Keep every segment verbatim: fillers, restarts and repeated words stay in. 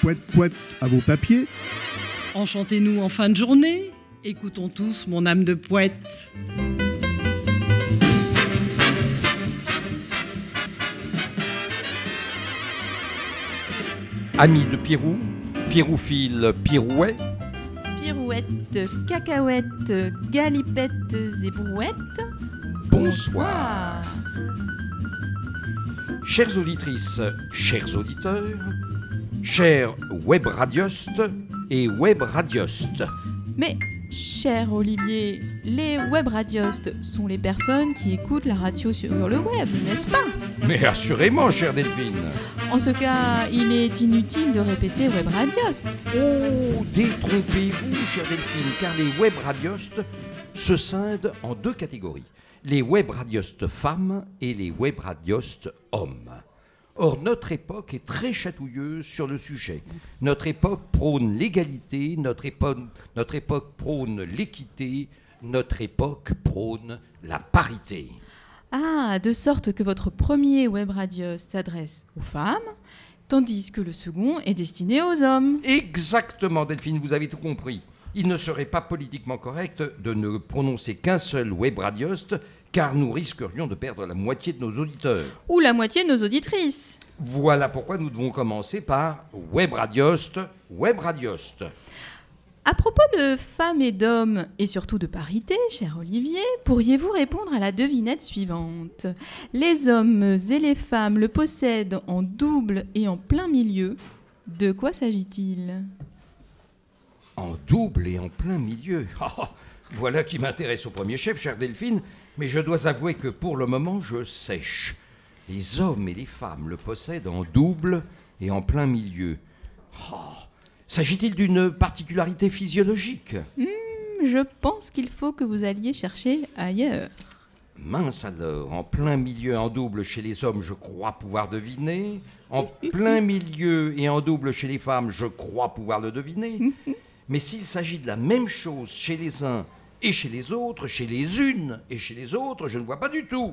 Poète, poète à vos papiers. Enchantez-nous en fin de journée. Écoutons tous mon âme de poète. Amis de Pirou, Piroufile, Pirouet. Pirouettes, cacahuètes, galipettes et brouettes. Bonsoir. Chères auditrices, chers auditeurs, chers web radiostes et web radiostes. Mais, cher Olivier, les web radiostes sont les personnes qui écoutent la radio sur le web, n'est-ce pas? Mais assurément, chère Delphine. En ce cas, il est inutile de répéter web radioste. Oh, détrompez-vous, chère Delphine, car les web radiostes se scindent en deux catégories. Les web radiostes femmes et les web radiostes hommes. Or, notre époque est très chatouilleuse sur le sujet. Notre époque prône l'égalité, notre époque, notre époque prône l'équité, notre époque prône la parité. Ah, de sorte que votre premier web radioste s'adresse aux femmes, tandis que le second est destiné aux hommes. Exactement, Delphine, vous avez tout compris. Il ne serait pas politiquement correct de ne prononcer qu'un seul web radioste, car nous risquerions de perdre la moitié de nos auditeurs. Ou la moitié de nos auditrices. Voilà pourquoi nous devons commencer par web radioste, web radioste. À propos de femmes et d'hommes, et surtout de parité, cher Olivier, pourriez-vous répondre à la devinette suivante? Les hommes et les femmes le possèdent en double et en plein milieu. De quoi s'agit-il? En double et en plein milieu. Oh, voilà qui m'intéresse au premier chef, chère Delphine, mais je dois avouer que pour le moment, je sèche. Les hommes et les femmes le possèdent en double et en plein milieu. Oh, s'agit-il d'une particularité physiologique? mmh, Je pense qu'il faut que vous alliez chercher ailleurs. Mince alors, en plein milieu et en double chez les hommes, je crois pouvoir deviner. En plein milieu et en double chez les femmes, je crois pouvoir le deviner. Mais s'il s'agit de la même chose chez les uns et chez les autres, chez les unes et chez les autres, je ne vois pas du tout.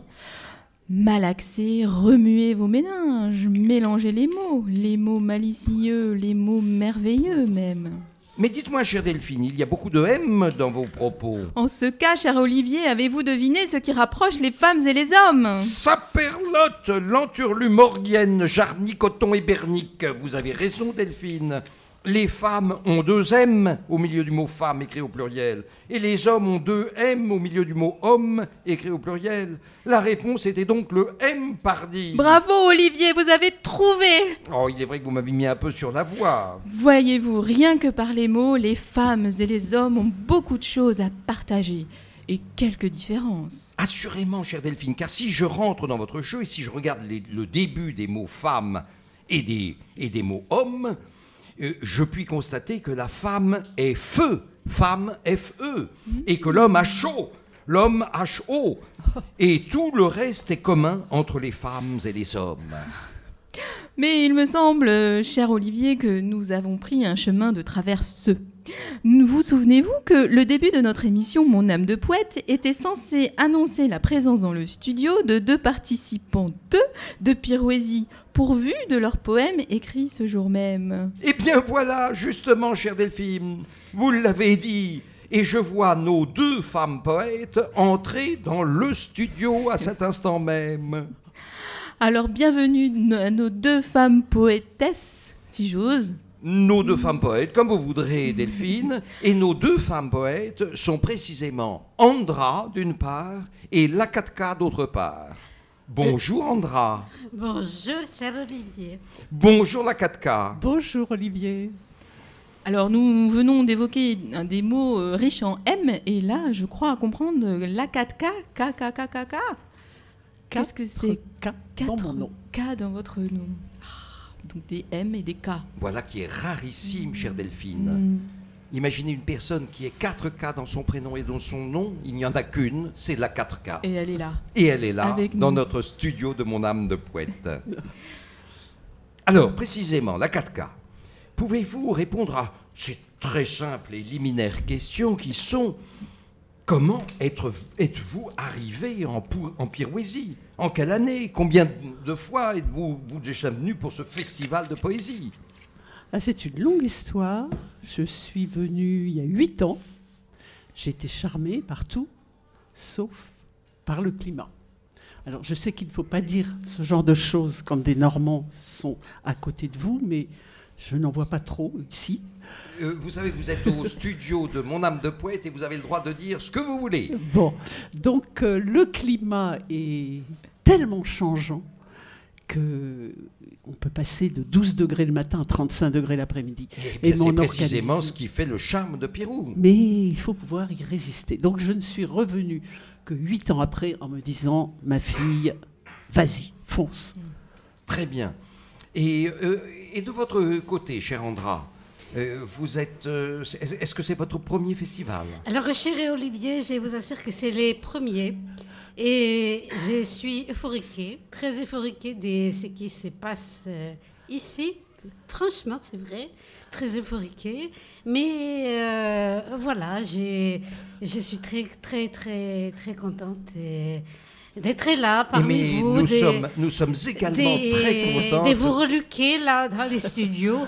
Malaxez, remuez vos méninges, mélangez les mots, les mots malicieux, les mots merveilleux même. Mais dites-moi, chère Delphine, il y a beaucoup de M dans vos propos. En ce cas, cher Olivier, avez-vous deviné ce qui rapproche les femmes et les hommes? Saperlotte, l'enturlumorgienne, jarny, coton et bernique. Vous avez raison, Delphine. Les femmes ont deux M au milieu du mot femme écrit au pluriel. Et les hommes ont deux M au milieu du mot homme écrit au pluriel. La réponse était donc le M pardi. Bravo Olivier, vous avez trouvé. Oh, il est vrai que vous m'avez mis un peu sur la voie. Voyez-vous, rien que par les mots, les femmes et les hommes ont beaucoup de choses à partager. Et quelques différences. Assurément, chère Delphine, car si je rentre dans votre jeu et si je regarde les, le début des mots femme et des, et des mots homme, Euh, je puis constater que la femme est feu, femme F E, et que l'homme a chaud, l'homme H O, et tout le reste est commun entre les femmes et les hommes. Mais il me semble, cher Olivier, que nous avons pris un chemin de traverseux. Vous souvenez-vous que le début de notre émission Mon âme de poète était censé annoncer la présence dans le studio de deux participantes de Pirouésie, pourvues de leurs poèmes écrits ce jour même. Eh bien voilà, justement, chère Delphine, vous l'avez dit, et je vois nos deux femmes poètes entrer dans le studio à cet instant même. Alors bienvenue à nos deux femmes poétesses, si j'ose. Nos deux femmes poètes, comme vous voudrez, Delphine, et nos deux femmes poètes sont précisément Andra, d'une part, et Lakatka, d'autre part. Bonjour, Andra. Bonjour, cher Olivier. Bonjour, Lakatka. Bonjour Olivier. Alors nous venons d'évoquer un des mots euh, riches en M, et là, je crois comprendre Lakatka, K, K, K, K, K. Qu'est-ce que c'est? K dans mon nom. K dans votre nom. Donc des M et des K. Voilà qui est rarissime, chère Delphine. Mm. Imaginez une personne qui ait quatre K dans son prénom et dans son nom, il n'y en a qu'une, c'est la quatre K. Et elle est là. Et elle est là, Avec dans nous. notre studio de Mon âme de poète. Alors, précisément, la quatre K, pouvez-vous répondre à ces très simples et liminaires questions qui sont: comment être, êtes-vous arrivé en, en Pirouésie? En quelle année? Combien de fois êtes-vous vous déjà venu pour ce festival de poésie? Ah, c'est une longue histoire. Je suis venue il y a huit ans. J'ai été charmée par tout, sauf par le climat. Alors, je sais qu'il ne faut pas dire ce genre de choses quand des Normands sont à côté de vous, mais je n'en vois pas trop ici. Euh, vous savez que vous êtes au studio de Mon âme de poète et vous avez le droit de dire ce que vous voulez. Bon, donc euh, le climat est tellement changeant qu'on peut passer de douze degrés le matin à trente-cinq degrés l'après-midi. Et, et c'est mon précisément organisme... ce qui fait le charme de Pirou. Mais il faut pouvoir y résister. Donc je ne suis revenue que huit ans après en me disant, ma fille, vas-y, fonce. Très bien. Et, euh, et de votre côté, cher Andra, euh, vous êtes, euh, est-ce que c'est votre premier festival? Alors, cher et Olivier, je vous assure que c'est les premiers. Et je suis euphoriquée, très euphoriquée de ce qui se passe euh, ici. Franchement, c'est vrai, très euphoriquée. Mais euh, voilà, j'ai, je suis très, très, très, très contente et, d'être là parmi mais vous. Nous, des, sommes, nous sommes également des, très contents. De vous reluquer là dans les studios.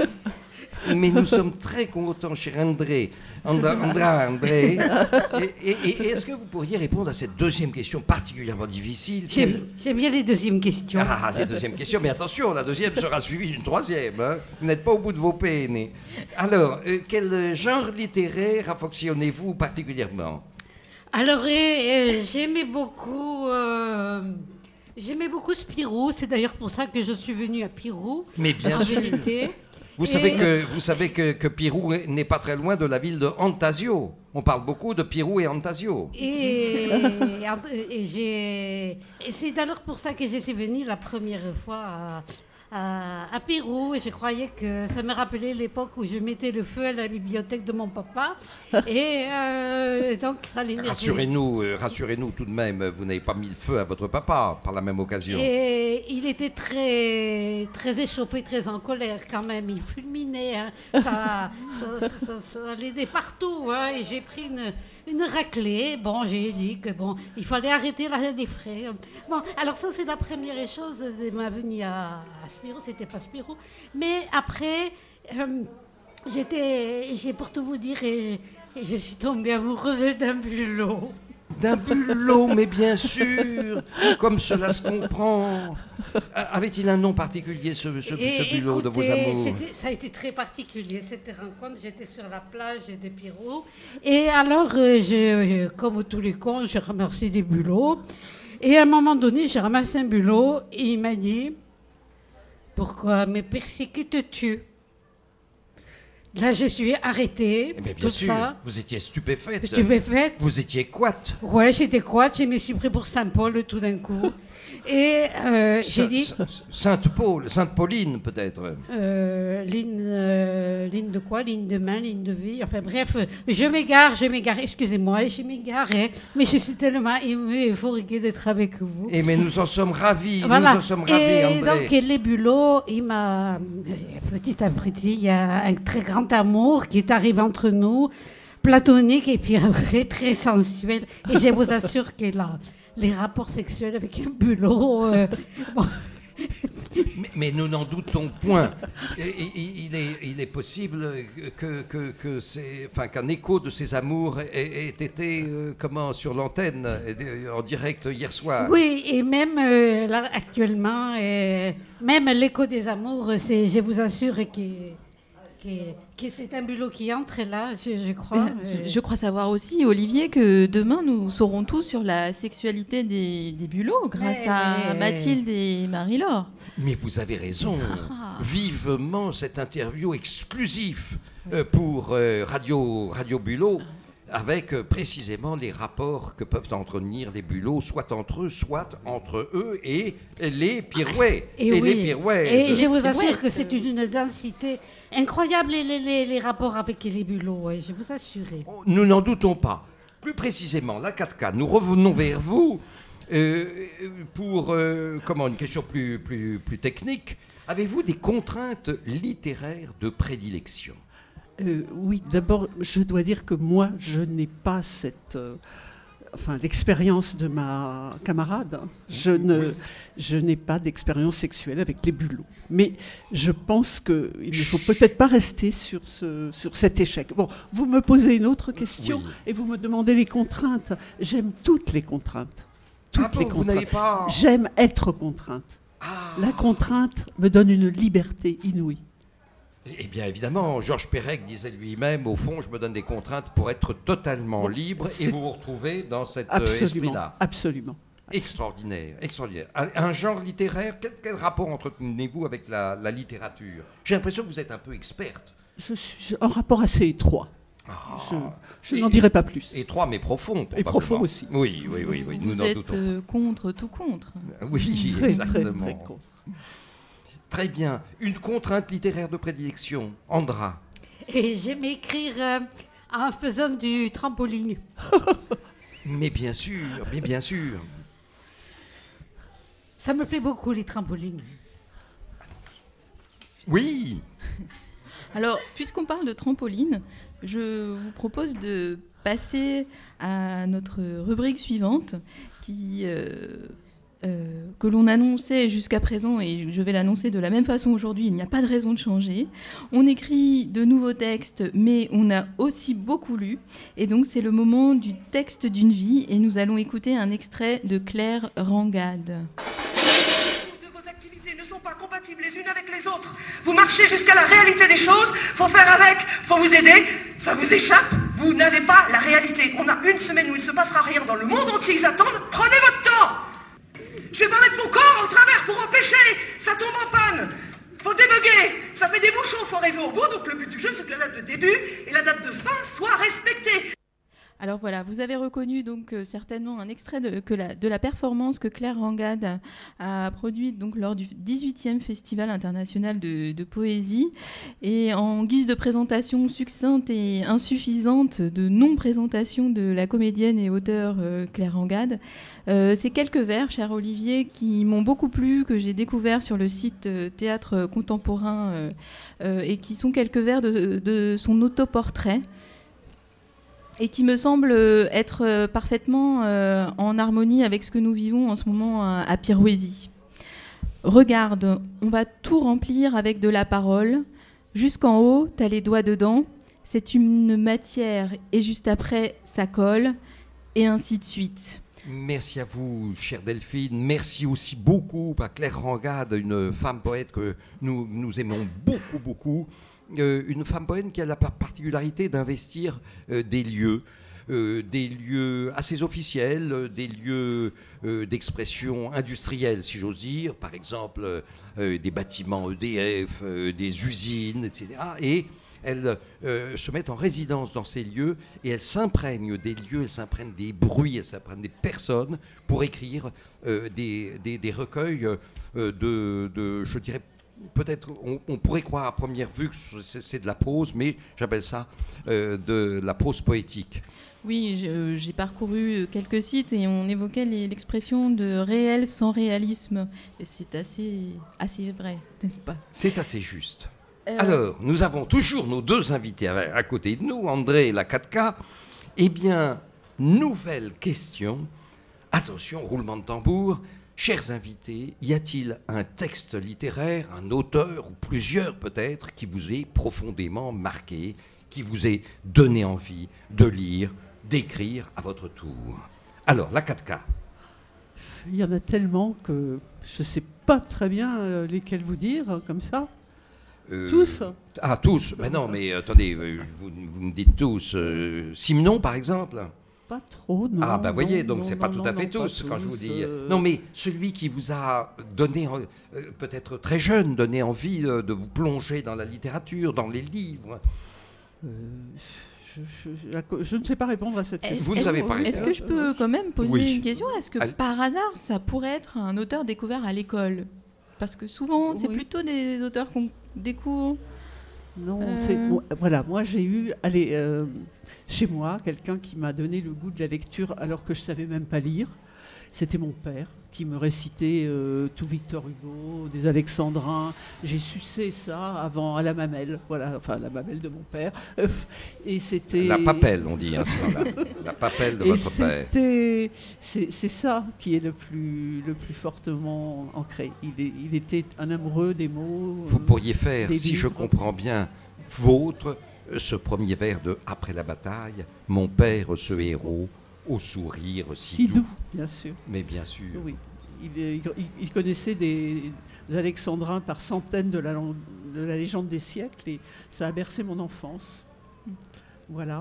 Mais nous sommes très contents, cher André. Andra, Andra, André. Et, et, et est-ce que vous pourriez répondre à cette deuxième question particulièrement difficile? J'aime, j'aime bien les deuxièmes questions. Ah, les deuxièmes questions. Mais attention, la deuxième sera suivie d'une troisième. Hein. Vous n'êtes pas au bout de vos peines. Alors, euh, quel genre littéraire affectionnez-vous particulièrement? Alors, euh, j'aimais beaucoup... Euh, j'aimais beaucoup Spirou. C'est d'ailleurs pour ça que je suis venue à Pirou. Mais bien en sûr. vérité. Vous Et... savez que, vous savez que, que Pirou n'est pas très loin de la ville de Antasio. On parle beaucoup de Pirou et Antasio. Et, et, j'ai, et c'est d'ailleurs pour ça que je suis venue la première fois à, à, à Pirou. Et je croyais que ça me rappelait l'époque où je mettais le feu à la bibliothèque de mon papa. Et euh, donc, ça l'énervait. Rassurez-nous, euh, rassurez-nous tout de même, vous n'avez pas mis le feu à votre papa par la même occasion. Et il était très, très échauffé, très en colère quand même. Il fulminait, hein. ça, ça, ça, ça, ça allait de partout. Hein. Et j'ai pris une, une raclée. Bon, j'ai dit que bon, il fallait arrêter la, les frais. Bon, alors ça c'est la première chose de ma venue à, à Spirou. C'était pas Spirou, mais après, euh, j'étais, j'ai pour tout vous dire, et, et je suis tombée amoureuse d'un bulot. D'un bulot, mais bien sûr, comme cela se comprend. Avait-il un nom particulier, ce, ce, Et, ce bulot de vos écoutez, amours? Ça a été très particulier, cette rencontre. J'étais sur la plage de Pirou. Et alors, euh, je, comme tous les cons, j'ai ramassé des bulots. Et à un moment donné, j'ai ramassé un bulot et il m'a dit « Pourquoi me persécutes-tu » Là, je suis arrêtée, Eh bien, bien tout sûr, ça. vous étiez stupéfaite. Stupéfaite. Vous étiez coite. Ouais, j'étais coite, je me suis pris pour Saint-Paul tout d'un coup. Et euh, j'ai dit... Sainte-Paul, Sainte-Pauline peut-être. Euh, ligne, euh, ligne de quoi? Ligne de main, ligne de vie. Enfin bref, je m'égare, je m'égare, excusez-moi, je m'égare, hein, mais je suis tellement émue et euphoriquée d'être avec vous. Et mais nous en sommes ravis, Voilà. nous en sommes ravis, et André. donc, les bulots, il m'a... Petit à petit, il y a un très grand amour qui est arrivé entre nous, platonique et puis après très sensuel. Et je vous assure que là, les rapports sexuels avec un bulot... Euh, bon. mais, mais nous n'en doutons point. Et, il, il, est, il est possible que, que, que c'est, enfin, qu'un écho de ces amours ait, ait été euh, comment, sur l'antenne, en direct hier soir. Oui, et même euh, là, actuellement, euh, même l'écho des amours, c'est, je vous assure que... Que c'est un bulot qui entre là, je, je crois. Euh... Je crois savoir aussi, Olivier, que demain nous saurons tout sur la sexualité des, des bulots grâce mais, à mais... Mathilde et Marie-Laure. Mais vous avez raison. Ah. Vivement cette interview exclusive euh, pour euh, Radio, Radio Bulot, avec euh, précisément les rapports que peuvent entretenir les bulots, soit entre eux, soit entre eux et les pirouets. Et, et oui. les pirouets. Et je vous assure que c'est une densité incroyable, les, les, les rapports avec les bulots, ouais, je vous assure. Nous n'en doutons pas. Plus précisément, la quatre K, nous revenons vers vous euh, pour euh, comment, une question plus, plus, plus technique. Avez-vous des contraintes littéraires de prédilection ? Euh, oui, d'abord, je dois dire que moi, je n'ai pas cette, euh, enfin, l'expérience de ma camarade. Je, ne, je n'ai pas d'expérience sexuelle avec les bulots. Mais je pense qu'il ne faut peut-être pas rester sur, ce, sur cet échec. Bon, vous me posez une autre question Oui. et vous me demandez les contraintes. J'aime toutes les contraintes. Toutes Ah bon, les vous contraintes. n'avez pas... J'aime être contrainte. Ah. La contrainte me donne une liberté inouïe. Eh bien, évidemment, Georges Perec disait lui-même, au fond, je me donne des contraintes pour être totalement libre, C'est- et vous vous retrouvez dans cet euh, Absolument. esprit-là. Absolument. Extraordinaire, extraordinaire. Un, un genre littéraire, quel, quel rapport entretenez-vous avec la, la littérature? J'ai l'impression que vous êtes un peu experte. Je suis j'ai un rapport assez étroit. Ah. Je, je Et- n'en dirai pas plus. Étroit mais profond, probablement. Et profond aussi. Oui, oui, oui, oui, nous Vous n'en êtes doutons euh, contre tout contre. pas. Oui, Très, très, exactement. très con. Très bien. Une contrainte littéraire de prédilection, Andra. Et j'aime écrire euh, en faisant du trampoline. Mais bien sûr, mais bien sûr. Ça me plaît beaucoup, les trampolines. Oui. Alors, puisqu'on parle de trampoline, je vous propose de passer à notre rubrique suivante qui, euh, euh, que l'on annonçait jusqu'à présent, et je vais l'annoncer de la même façon aujourd'hui, il n'y a pas de raison de changer. On écrit de nouveaux textes, mais on a aussi beaucoup lu, et donc c'est le moment du texte d'une vie, et nous allons écouter un extrait de Claire Rangade. De vos activités ne sont pas compatibles les unes avec les autres. Vous marchez jusqu'à la réalité des choses, faut faire avec, faut vous aider, ça vous échappe, vous n'avez pas la réalité. On a une semaine où il ne se passera rien dans le monde entier, ils attendent, prenez votre temps. Je vais pas mettre mon corps en travers pour empêcher, ça tombe en panne. Faut débugger, ça fait des bouchons, faut arriver au bout, donc le but du jeu c'est que la date de début et la date de fin soient respectées. Alors voilà, vous avez reconnu donc euh, certainement un extrait de, que la, de la performance que Claire Rangade a, a produite donc lors du dix-huitième Festival international de, de poésie. Et en guise de présentation succincte et insuffisante de non-présentation de la comédienne et auteure euh, Claire Rangade, euh, ces quelques vers, cher Olivier, qui m'ont beaucoup plu, que j'ai découvert sur le site euh, Théâtre Contemporain euh, euh, et qui sont quelques vers de, de son autoportrait, et qui me semble être parfaitement euh, en harmonie avec ce que nous vivons en ce moment à, à Pirouésie. Regarde, on va tout remplir avec de la parole. Jusqu'en haut, t'as les doigts dedans. C'est une matière et juste après, ça colle. Et ainsi de suite. Merci à vous, chère Delphine. Merci aussi beaucoup à Claire Rangade, une femme poète que nous, nous aimons beaucoup, beaucoup. Euh, une femme poète qui a la particularité d'investir euh, des lieux, euh, des lieux assez officiels, euh, des lieux euh, d'expression industrielle, si j'ose dire, par exemple euh, des bâtiments E D F, euh, des usines, et cetera. Et elle euh, se met en résidence dans ces lieux et elle s'imprègne des lieux, elle s'imprègne des bruits, elle s'imprègne des personnes pour écrire euh, des, des, des recueils euh, de, de, je dirais, peut-être, on, on pourrait croire à première vue que c'est, c'est de la prose, mais j'appelle ça euh, de la prose poétique. Oui, je- j'ai parcouru quelques sites et on évoquait les- l'expression de réel sans réalisme. Et c'est assez, assez vrai, n'est-ce pas ? C'est assez juste. Euh, Alors, nous avons toujours nos deux invités à, à côté de nous, André et la quatre K. Eh bien, nouvelle question. Attention, roulement de tambour. Chers invités, y a-t-il un texte littéraire, un auteur, ou plusieurs peut-être, qui vous ait profondément marqué, qui vous ait donné envie de lire, d'écrire à votre tour? Alors, la quatre K. Il y en a tellement que je ne sais pas très bien euh, lesquels vous dire, comme ça. Euh, Tous. Ah, tous. Mais non, mais attendez, euh, vous, vous me dites tous. Euh, Simon, par exemple. Pas trop, non. Ah, bah voyez, non, donc non, c'est pas non, tout à non, fait pas tous quand je vous dis. euh, Non, mais celui qui vous a donné, euh, peut-être très jeune, donné envie euh, de vous plonger dans la littérature, dans les livres. euh, je, je- je- je ne sais pas répondre à cette Est- question. Vous ne est-ce- savez pas Est-ce que je peux quand même poser Oui. une question ? Est-ce que Allez. par hasard, ça pourrait être un auteur découvert à l'école ? Parce que souvent, c'est Oui. plutôt des auteurs qu'on découvre. Non, Euh. c'est bon, voilà. Moi, j'ai eu, allez, euh, chez moi, quelqu'un qui m'a donné le goût de la lecture alors que je savais même pas lire. c'était mon père qui me récitait euh, tout Victor Hugo, des Alexandrins. J'ai sucé ça avant à la mamelle, voilà, enfin la mamelle de mon père. Et c'était la papelle, on dit, hein, la, la papelle de et votre père. C'était, c'est, c'est ça qui est le plus, le plus fortement ancré. Il, est, il était un amoureux des mots. Vous pourriez faire, si livres. je comprends bien, vôtre, ce premier vers de Après la bataille, mon père, ce héros, au sourire si, si doux. doux, bien sûr. Mais bien sûr. Oui, il, il, il connaissait des, des Alexandrins par centaines de la, de la légende des siècles et ça a bercé mon enfance. Voilà.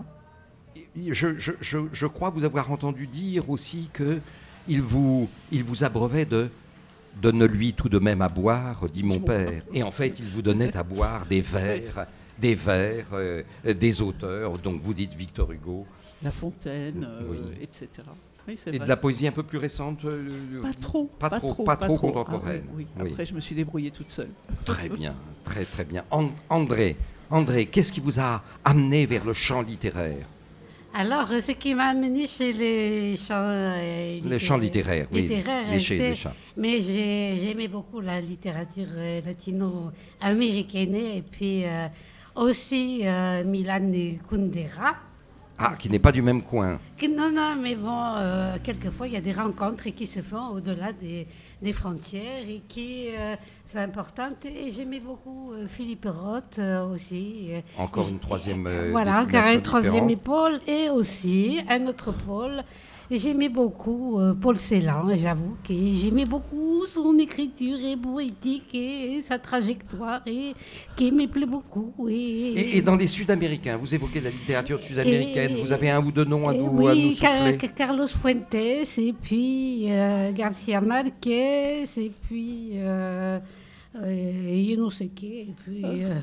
Je, je, je, je crois vous avoir entendu dire aussi qu'il vous, il vous abreuvait de « Donne-lui tout de même à boire », dit mon père. Et en fait, il vous donnait à boire des vers, des vers, euh, des auteurs, donc vous dites Victor Hugo. La Fontaine, euh, oui. et cetera. Oui, c'est et vrai. de la poésie un peu plus récente euh, Pas trop. Pas, pas trop, trop, pas trop contemporaine. Ah, oui, oui. Après, oui. je me suis débrouillée toute seule. Très bien, très très bien. And- André, André, qu'est-ce qui vous a amené vers le chant littéraire ? Alors, ce qui m'a amené chez les chants euh, littéraires. Les chants littéraires, oui. Littéraires, les, chais, les chants. Mais j'ai, j'aimais beaucoup la littérature euh, latino-américaine et puis euh, aussi euh, Milan Kundera. Ah, qui n'est pas du même coin. Non, non, mais bon, euh, quelquefois, il y a des rencontres qui se font au-delà des, des frontières et qui euh, sont importantes. Et j'aimais beaucoup euh, Philippe Roth euh, aussi. Encore une troisième euh, Voilà, encore un troisième différente. pôle et aussi un autre pôle. Et j'aimais beaucoup euh, Paul Celan, j'avoue que j'aimais beaucoup son écriture et poétique et, et sa trajectoire et qui me plaît beaucoup. Et, et, et dans les Sud-Américains, vous évoquez la littérature sud-américaine, et, vous avez un ou deux noms à nous, oui, à nous souffler. Car, Carlos Fuentes et puis euh, Garcia Marquez et puis euh, euh, je ne sais qui. Et puis, euh,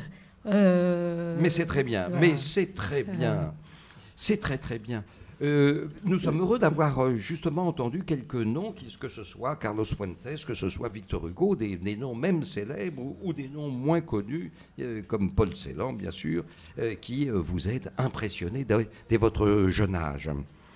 euh, mais c'est très bien, voilà. mais c'est très bien, euh, c'est très très bien. Euh, nous sommes heureux d'avoir euh, justement entendu quelques noms, que ce soit Carlos Fuentes, que ce soit Victor Hugo, des, des noms même célèbres ou, ou des noms moins connus, euh, comme Paul Celan, bien sûr, euh, qui euh, vous aident impressionnés dès, dès votre jeune âge.